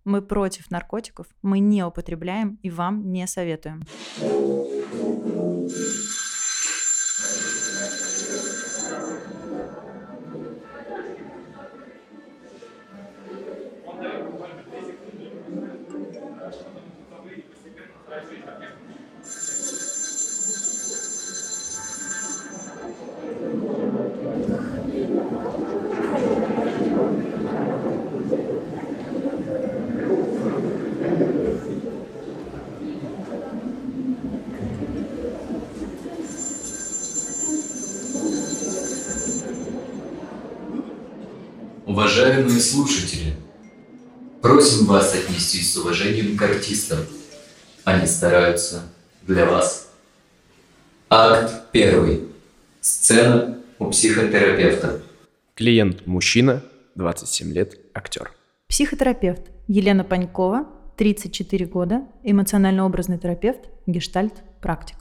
Мы против наркотиков, мы не употребляем и вам не советуем. Уважаемые слушатели, просим вас отнестись с уважением к артистам. Они стараются для вас. Акт 1. Сцена у психотерапевта. Клиент мужчина, 27 лет, актер. Психотерапевт Елена Панькова, 34 года, эмоционально-образный терапевт, гештальт-практик.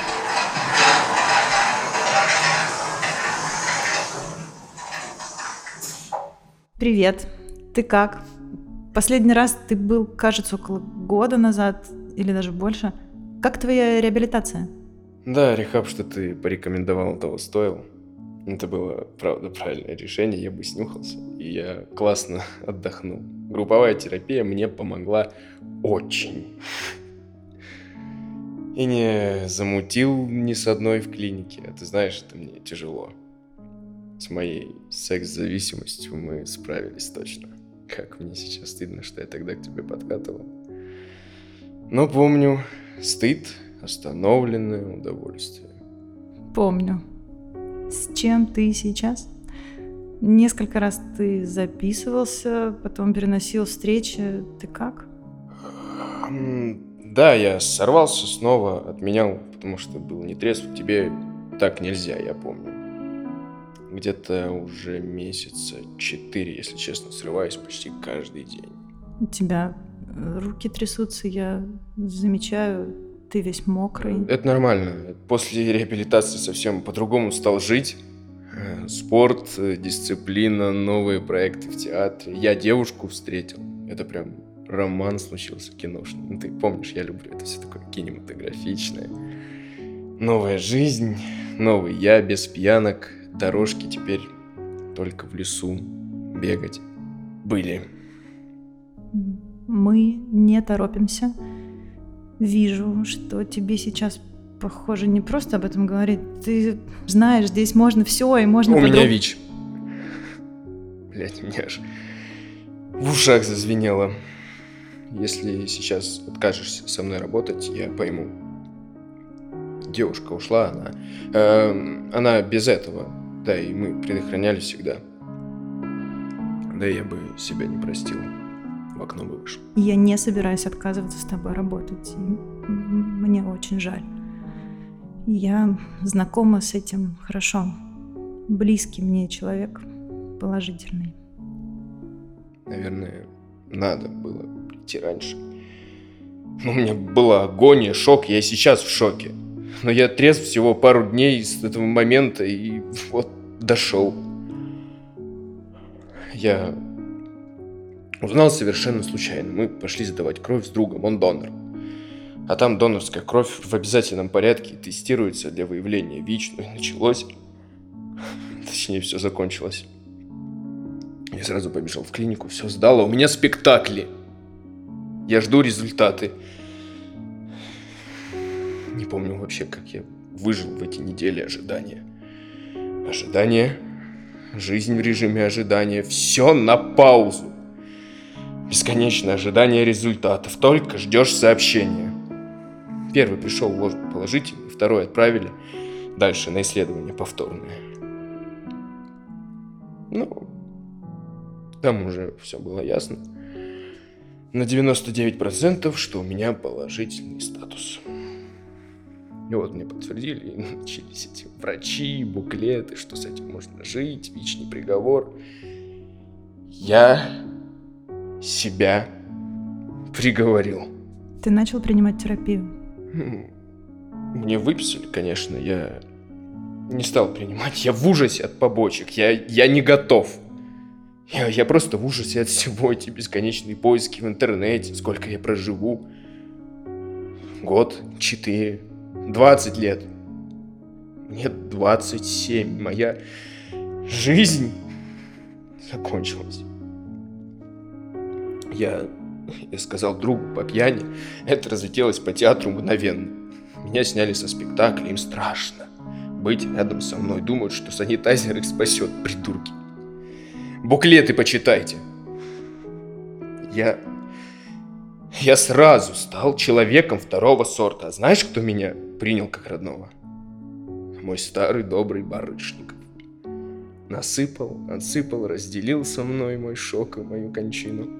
Привет, ты как? Последний раз ты был, кажется, около года назад или даже больше. Как твоя реабилитация? Да, рехаб, что ты порекомендовал, того стоил. Это было, правда, правильное решение, я бы снюхался, и я классно отдохнул. Групповая терапия мне помогла очень. И не замутил ни с одной в клинике, а ты знаешь, это мне тяжело. С моей секс-зависимостью мы справились точно. Как мне сейчас стыдно, что я тогда к тебе подкатывал. Но помню, стыд, остановленное удовольствие. Помню. С чем ты сейчас? Несколько раз ты записывался, потом переносил встречи. Ты как? Да, я сорвался снова, отменял, потому что был нетрезв. Тебе так нельзя, я помню. Где-то уже месяца 4, если честно, срываюсь почти каждый день. У тебя руки трясутся, я замечаю, ты весь мокрый. Это нормально. После реабилитации совсем по-другому стал жить. Спорт, дисциплина, новые проекты в театре. Я девушку встретил. Это прям роман случился киношный. Ну, ты помнишь, я люблю это все такое кинематографичное. Новая жизнь, новый я без пьянок. Дорожки теперь только в лесу бегать были. Мы не торопимся. Вижу, что тебе сейчас, похоже, не просто об этом говорить. Ты знаешь, здесь можно все и можно... У меня ВИЧ. Блять, мне аж в ушах зазвенело. Если сейчас откажешься со мной работать, я пойму. Девушка ушла, она без этого. Да, и мы предохранялись всегда. Да я бы себя не простил. В окно бы вышел. Я не собираюсь отказываться с тобой работать. И мне очень жаль. Я знакома с этим хорошо. Близкий мне человек, положительный. Наверное, надо было прийти раньше. Но у меня была агония, шок, я и сейчас в шоке. Но я трезв всего пару дней с этого момента и вот дошел. Я узнал совершенно случайно. Мы пошли сдавать кровь с другом, он донор. А там донорская кровь в обязательном порядке тестируется для выявления ВИЧ. Ну и началось. Точнее, все закончилось. Я сразу побежал в клинику, все сдал, а у меня спектакли. Я жду результаты. Не помню вообще, как я выжил в эти недели ожидания. Ожидание, жизнь в режиме ожидания, все на паузу. Бесконечное ожидание результатов, только ждешь сообщения. Первый пришел положительный, второй отправили дальше на исследование повторное. Ну, там уже все было ясно. На 99%, что у меня положительный статус. И вот мне подтвердили, и начались эти врачи, буклеты, что с этим можно жить, ВИЧ не приговор. Я себя приговорил. Ты начал принимать терапию? Мне выписали, конечно, я не стал принимать. Я в ужасе от побочек, я не готов. Я просто в ужасе от всего, эти бесконечные поиски в интернете, сколько я проживу. Год, 4, 20 лет. Нет, 27. Моя жизнь закончилась. Я сказал другу по пьяни, это разлетелось по театру мгновенно. Меня сняли со спектакля, им страшно. Быть рядом со мной, думают, что санитайзер их спасет, придурки. Буклеты почитайте. Я сразу стал человеком второго сорта. А знаешь, кто меня принял как родного? Мой старый добрый Барышников. Насыпал, отсыпал, разделил со мной мой шок и мою кончину.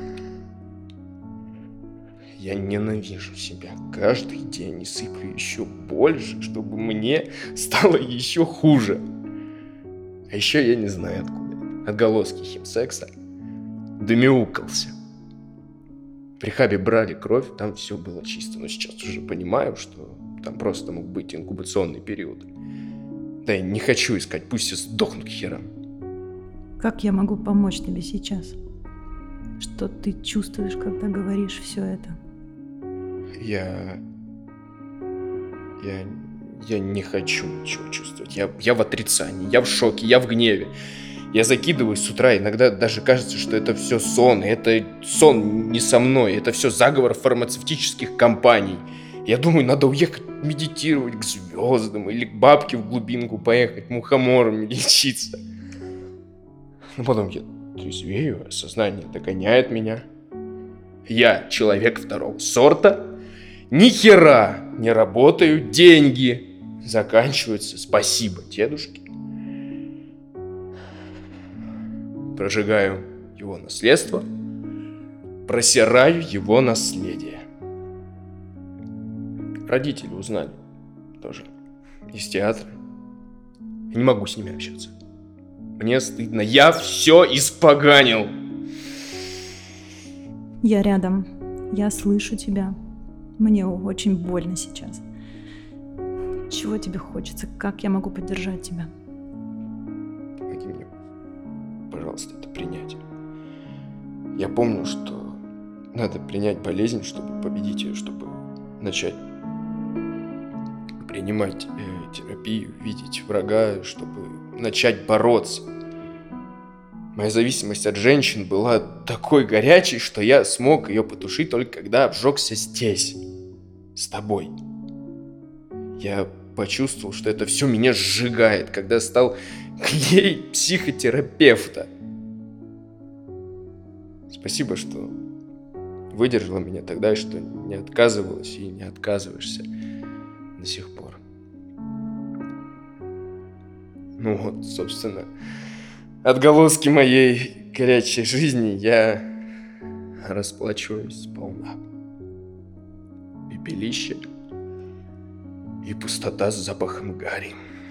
Я ненавижу себя каждый день и сыплю еще больше, чтобы мне стало еще хуже. А еще я не знаю откуда это. Отголоски химсекса. Домяукался. При хабе брали кровь, там все было чисто. Но сейчас уже понимаю, что там просто мог быть инкубационный период. Да я не хочу искать, пусть все сдохнут к херам. Как я могу помочь тебе сейчас? Что ты чувствуешь, когда говоришь все это? Я не хочу ничего чувствовать. Я в отрицании, я в шоке, я в гневе. Я закидываюсь с утра, иногда даже кажется, что это все сон. И это сон не со мной, это все заговор фармацевтических компаний. Я думаю, надо уехать медитировать к звездам или к бабке в глубинку поехать мухоморами лечиться. Но потом я трезвею, сознание догоняет меня. Я человек второго сорта, ни хера не работаю, деньги заканчиваются, спасибо дедушке. Прожигаю его наследство, просираю его наследие. Родители узнали тоже из театра. Я не могу с ними общаться. Мне стыдно, я все испоганил. Я рядом. Я слышу тебя. Мне очень больно сейчас. Чего тебе хочется? Как я могу поддержать тебя? Помоги мне, пожалуйста, это принять. Я помню, что надо принять болезнь, чтобы победить ее, чтобы начать принимать терапию, видеть врага, чтобы начать бороться. Моя зависимость от женщин была такой горячей, что я смог ее потушить только когда обжегся здесь, с тобой. Я почувствовал, что это все меня сжигает, когда стал клей психотерапевта. Спасибо, что выдержала меня тогда, и что не отказывалась и не отказываешься до сих пор. Ну вот, собственно, отголоски моей горячей жизни я расплачиваюсь сполна. Пепелище и пустота с запахом гари.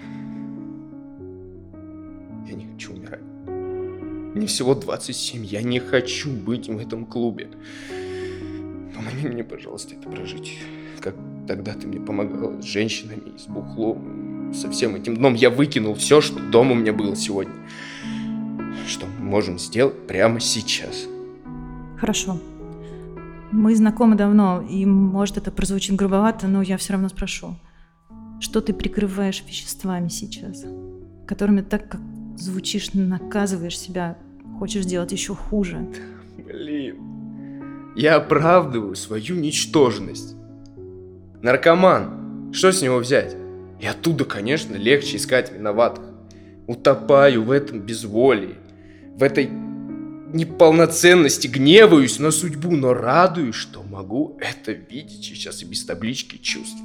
Я не хочу умирать. Мне всего 27, я не хочу быть в этом клубе. Помоги мне, пожалуйста, это прожить. Как тогда ты мне помогала с женщинами, с бухлом, со всем этим дном. Я выкинул все, что дома у меня было сегодня. Что мы можем сделать прямо сейчас? Хорошо. Мы знакомы давно, и, может, это прозвучит грубовато, но я все равно спрошу. Что ты прикрываешь веществами сейчас, которыми так, как звучишь, наказываешь себя, хочешь сделать еще хуже? Блин, я оправдываю свою ничтожность. Наркоман, что с него взять? И оттуда, конечно, легче искать виноватых. Утопаю в этом безволии, в этой неполноценности, гневаюсь на судьбу, но радуюсь, что могу это видеть сейчас и без таблички чувств.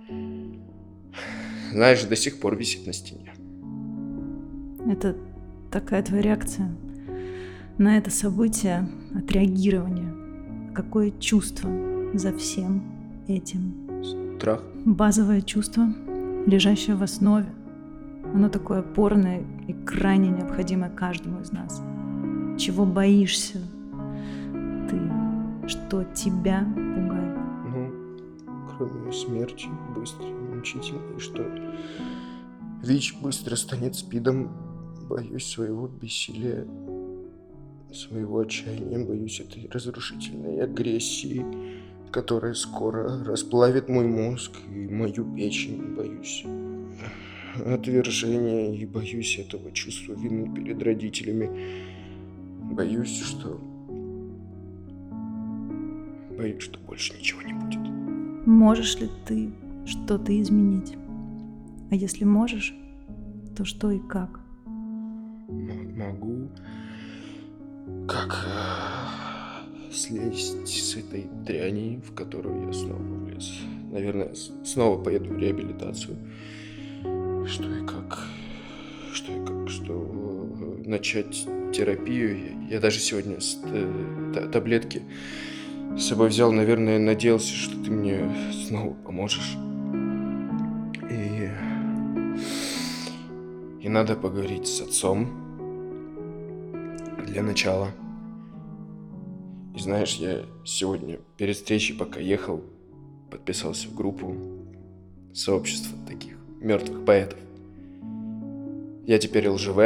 Знаешь, до сих пор висит на стене. Это такая твоя реакция на это событие, отреагирование. Какое чувство за всем этим? Страх. Базовое чувство, лежащее в основе. Оно такое опорное и крайне необходимое каждому из нас. Чего боишься ты? Что тебя пугает? Ну, кроме смерти, быстрой, мучительной, что ВИЧ быстро станет СПИДом, боюсь своего бессилия своего отчаяния, боюсь этой разрушительной агрессии, которая скоро расплавит мой мозг и мою печень, боюсь отвержения и боюсь этого чувства вины перед родителями. Боюсь, что больше ничего не будет. Можешь ли ты что-то изменить? А если можешь, то что и как? Могу как слезть с этой дряни, в которую я снова влез. Наверное, снова поеду в реабилитацию. Что начать терапию. Я даже сегодня таблетки с собой взял, наверное, надеялся, что ты мне снова поможешь. И надо поговорить с отцом для начала. И знаешь, я сегодня перед встречей, пока ехал, подписался в группу сообщества таких мертвых поэтов. Я теперь ЛЖВ.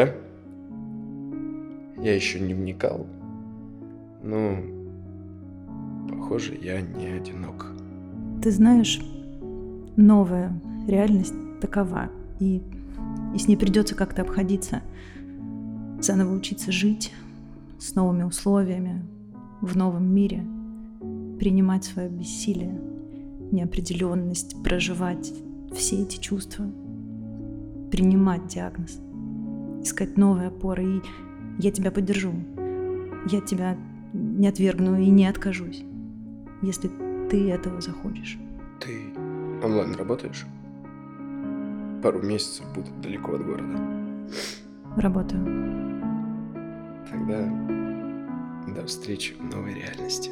Я еще не вникал. Но, похоже, я не одинок. Ты знаешь, новая реальность такова, и с ней придется как-то обходиться, заново учиться жить с новыми условиями, в новом мире, принимать свое бессилие, неопределенность, проживать все эти чувства, принимать диагноз, искать новые опоры. И я тебя поддержу. Я тебя не отвергну и не откажусь, если ты этого захочешь. Ты онлайн работаешь? Пару месяцев буду далеко от города. Работаю. Тогда до встречи в новой реальности.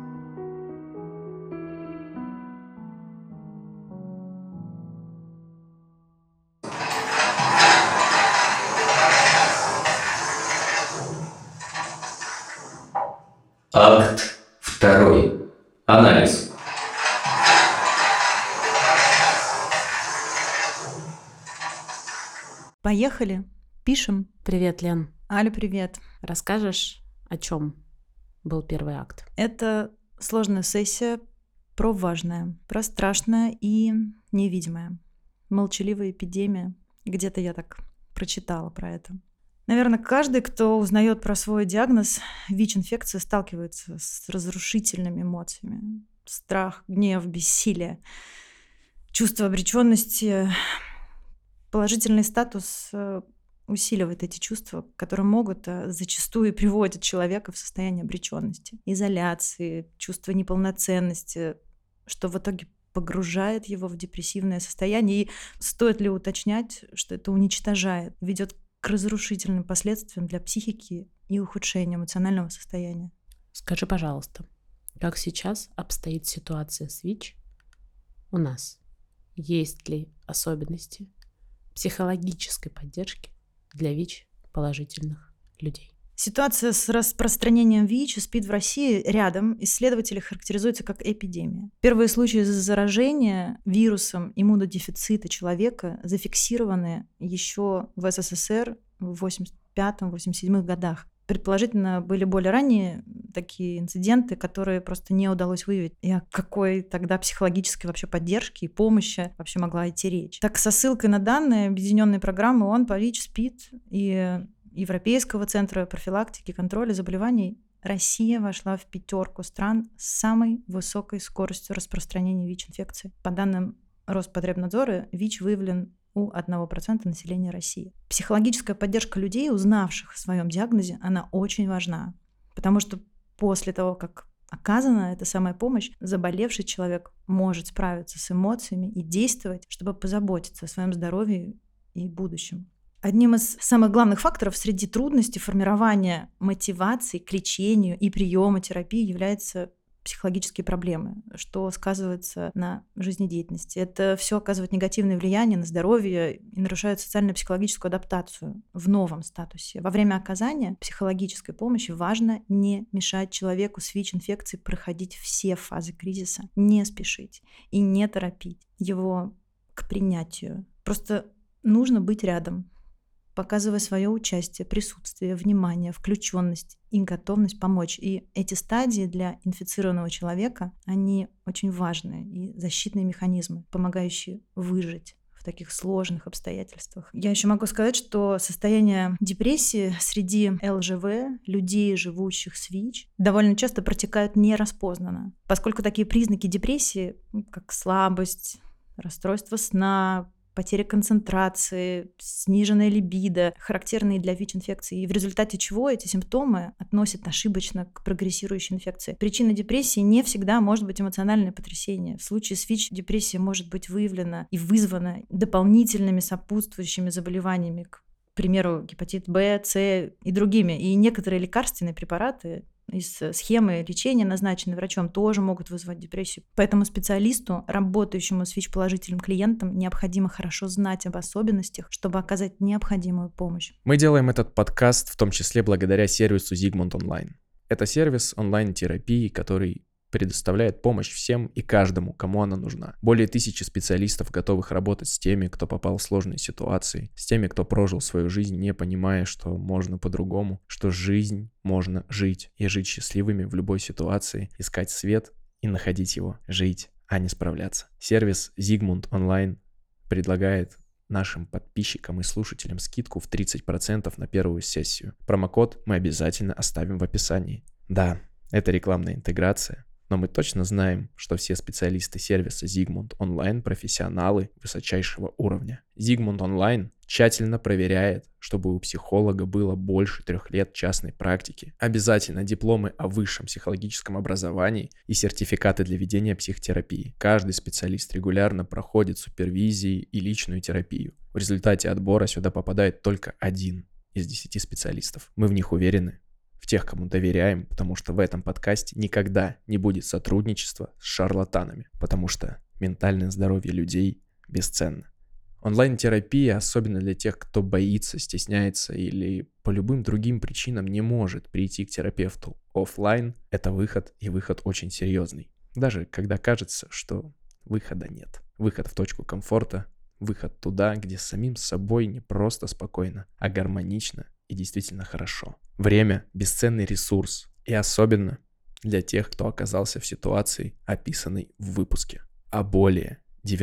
Акт 2. Анализ. Поехали. Пишем. Привет, Лен. Аля, привет. Расскажешь, о чем был первый акт? Это сложная сессия про важное, про страшное и невидимое. Молчаливая эпидемия. Где-то я так прочитала про это. Наверное, каждый, кто узнает про свой диагноз, ВИЧ-инфекция, сталкивается с разрушительными эмоциями. Страх, гнев, бессилие, чувство обреченности. Положительный статус усиливает эти чувства, которые могут, зачастую и приводят человека в состояние обреченности, изоляции, чувства неполноценности, что в итоге погружает его в депрессивное состояние. И стоит ли уточнять, что это уничтожает, ведет к разрушительным последствиям для психики и ухудшению эмоционального состояния. Скажи, пожалуйста, как сейчас обстоит ситуация с ВИЧ у нас? Есть ли особенности психологической поддержки для ВИЧ-положительных людей? Ситуация с распространением ВИЧ и СПИД в России рядом исследователи характеризуются как эпидемия. Первые случаи заражения вирусом иммунодефицита человека зафиксированы еще в СССР в 1985-1987 годах. Предположительно, были более ранние такие инциденты, которые просто не удалось выявить. И о какой тогда психологической вообще поддержке и помощи вообще могла идти речь. Так, со ссылкой на данные объединенной программы ООН по ВИЧ, СПИД и Европейского центра профилактики и контроля заболеваний, Россия вошла в 5 стран с самой высокой скоростью распространения ВИЧ-инфекции. По данным Роспотребнадзора, ВИЧ выявлен у 1% населения России. Психологическая поддержка людей, узнавших о своем диагнозе, она очень важна, потому что после того, как оказана эта самая помощь, заболевший человек может справиться с эмоциями и действовать, чтобы позаботиться о своем здоровье и будущем. Одним из самых главных факторов среди трудностей формирования мотивации к лечению и приема терапии являются психологические проблемы, что сказывается на жизнедеятельности. Это все оказывает негативное влияние на здоровье и нарушает социально-психологическую адаптацию в новом статусе. Во время оказания психологической помощи важно не мешать человеку с ВИЧ-инфекцией проходить все фазы кризиса, не спешить и не торопить его к принятию. Просто нужно быть рядом. показывая свое участие, присутствие, внимание, включенность и готовность помочь. И эти стадии для инфицированного человека, они очень важные и защитные механизмы, помогающие выжить в таких сложных обстоятельствах. Я еще могу сказать, что состояние депрессии среди ЛЖВ, людей, живущих с ВИЧ, довольно часто протекают нераспознанно, поскольку такие признаки депрессии, как слабость, расстройство сна, потеря концентрации, сниженная либидо, характерные для ВИЧ-инфекции, и в результате чего эти симптомы относят ошибочно к прогрессирующей инфекции. Причиной депрессии не всегда может быть эмоциональное потрясение. В случае с ВИЧ депрессия может быть выявлена и вызвана дополнительными сопутствующими заболеваниями, к примеру, гепатит Б, С и другими. И некоторые лекарственные препараты из схемы лечения, назначенные врачом, тоже могут вызвать депрессию. Поэтому специалисту, работающему с ВИЧ-положительным клиентом, необходимо хорошо знать об особенностях, чтобы оказать необходимую помощь. Мы делаем этот подкаст в том числе благодаря сервису Zigmund Online. Это сервис онлайн-терапии, который предоставляет помощь всем и каждому, кому она нужна. Более 1000 специалистов, готовых работать с теми, кто попал в сложные ситуации, с теми, кто прожил свою жизнь, не понимая, что можно по-другому, что жизнь можно жить и жить счастливыми в любой ситуации, искать свет и находить его, жить, а не справляться. Сервис Zigmund Online предлагает нашим подписчикам и слушателям скидку в 30% на первую сессию. Промокод мы обязательно оставим в описании. Да, это рекламная интеграция, но мы точно знаем, что все специалисты сервиса Zigmund Online профессионалы высочайшего уровня. Zigmund Online тщательно проверяет, чтобы у психолога было больше 3 лет частной практики, обязательно дипломы о высшем психологическом образовании и сертификаты для ведения психотерапии. Каждый специалист регулярно проходит супервизии и личную терапию. В результате отбора сюда попадает только 1 из 10 специалистов. Мы в них уверены. В тех, кому доверяем, потому что в этом подкасте никогда не будет сотрудничества с шарлатанами, потому что ментальное здоровье людей бесценно. Онлайн-терапия, особенно для тех, кто боится, стесняется или по любым другим причинам не может прийти к терапевту офлайн, это выход, и выход очень серьезный. Даже когда кажется, что выхода нет. Выход в точку комфорта, выход туда, где самим собой не просто спокойно, а гармонично и действительно хорошо. Время – бесценный ресурс, и особенно для тех, кто оказался в ситуации, описанной в выпуске. А более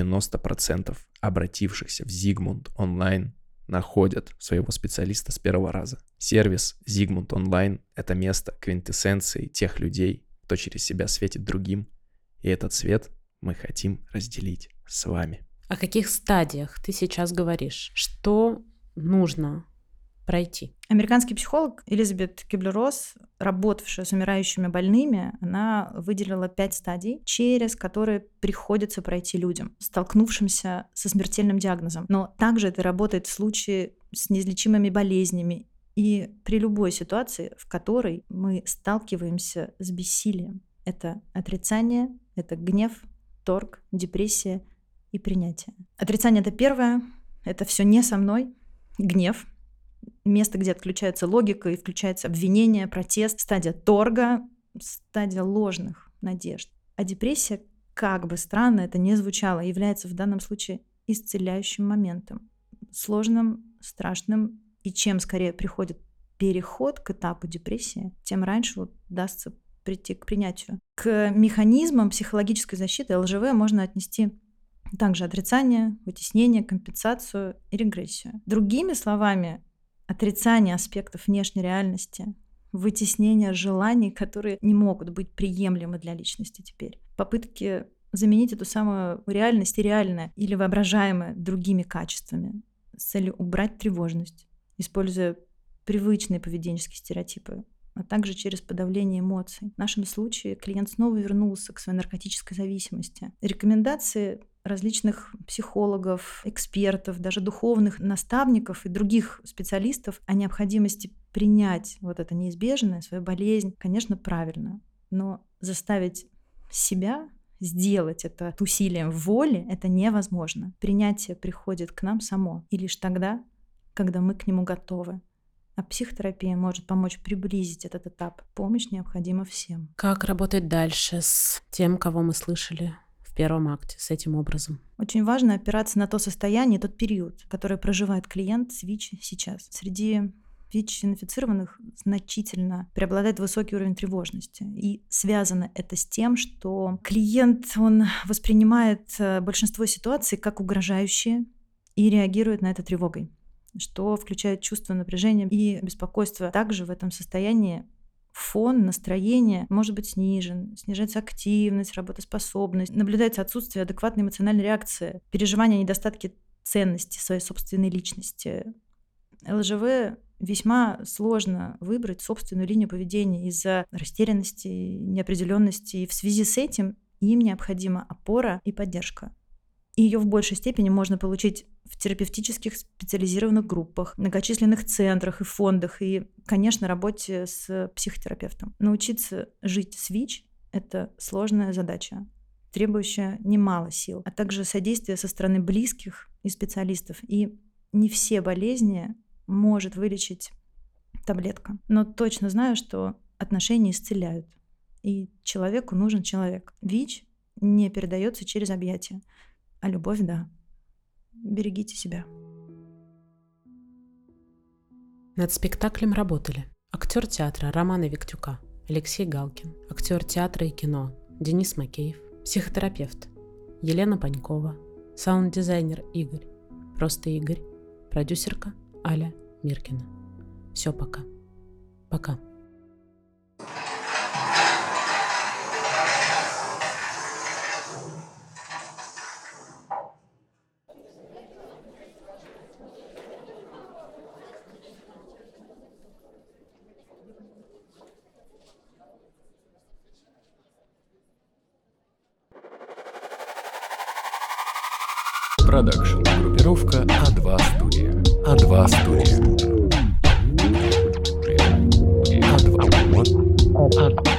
90% обратившихся в Zigmund Online находят своего специалиста с первого раза. Сервис Zigmund Online – это место квинтэссенции тех людей, кто через себя светит другим, и этот свет мы хотим разделить с вами. О каких стадиях ты сейчас говоришь? Что нужно пройти? Американский психолог Элизабет Кюблер-Росс, работавшая с умирающими больными, она выделила 5 стадий, через которые приходится пройти людям, столкнувшимся со смертельным диагнозом. Но также это работает в случае с неизлечимыми болезнями и при любой ситуации, в которой мы сталкиваемся с бессилием. Это отрицание, это гнев, торг, депрессия и принятие. Отрицание — это первое, это все не со мной, гнев, место, где отключается логика и включается обвинение, протест, стадия торга, стадия ложных надежд. А депрессия, как бы странно это ни звучало, является в данном случае исцеляющим моментом, сложным, страшным, и чем скорее приходит переход к этапу депрессии, тем раньше удастся прийти к принятию. К механизмам психологической защиты ЛЖВ можно отнести также отрицание, вытеснение, компенсацию и регрессию. Другими словами, отрицание аспектов внешней реальности, вытеснение желаний, которые не могут быть приемлемы для личности теперь. Попытки заменить эту самую реальность и реальное или воображаемое другими качествами с целью убрать тревожность, используя привычные поведенческие стереотипы, а также через подавление эмоций. В нашем случае клиент снова вернулся к своей наркотической зависимости. Рекомендации различных психологов, экспертов, даже духовных наставников и других специалистов о необходимости принять вот это неизбежное, свою болезнь, конечно, правильно. Но заставить себя сделать это усилием воли — это невозможно. Принятие приходит к нам само, и лишь тогда, когда мы к нему готовы. А психотерапия может помочь приблизить этот этап. Помощь необходима всем. Как работать дальше с тем, кого мы слышали в первом акте с этим образом? Очень важно опираться на то состояние, тот период, который проживает клиент с ВИЧ сейчас. Среди ВИЧ-инфицированных значительно преобладает высокий уровень тревожности. И связано это с тем, что клиент, он воспринимает большинство ситуаций как угрожающие и реагирует на это тревогой, что включает чувство напряжения и беспокойства. Также в этом состоянии фон, настроение может быть снижен, снижается активность, работоспособность, наблюдается отсутствие адекватной эмоциональной реакции, переживания недостатки ценности своей собственной личности. ЛЖВ весьма сложно выбрать собственную линию поведения из-за растерянности, неопределенности, и в связи с этим им необходима опора и поддержка. И ее в большей степени можно получить в терапевтических специализированных группах, многочисленных центрах и фондах, и, конечно, работе с психотерапевтом. Научиться жить с ВИЧ — это сложная задача, требующая немало сил, а также содействия со стороны близких и специалистов. И не все болезни может вылечить таблетка. Но точно знаю, что отношения исцеляют, и человеку нужен человек. ВИЧ не передается через объятия, а любовь — да. Берегите себя. Над спектаклем работали актер театра Романа Виктюка Алексей Галкин, актер театра и кино Денис Макеев, психотерапевт Елена Панькова, саунд-дизайнер Игорь, просто Игорь, продюсерка Аля Миркина. Все, пока. Пока. Продакшн. Группировка А2 Студия. А2 Студия. А2.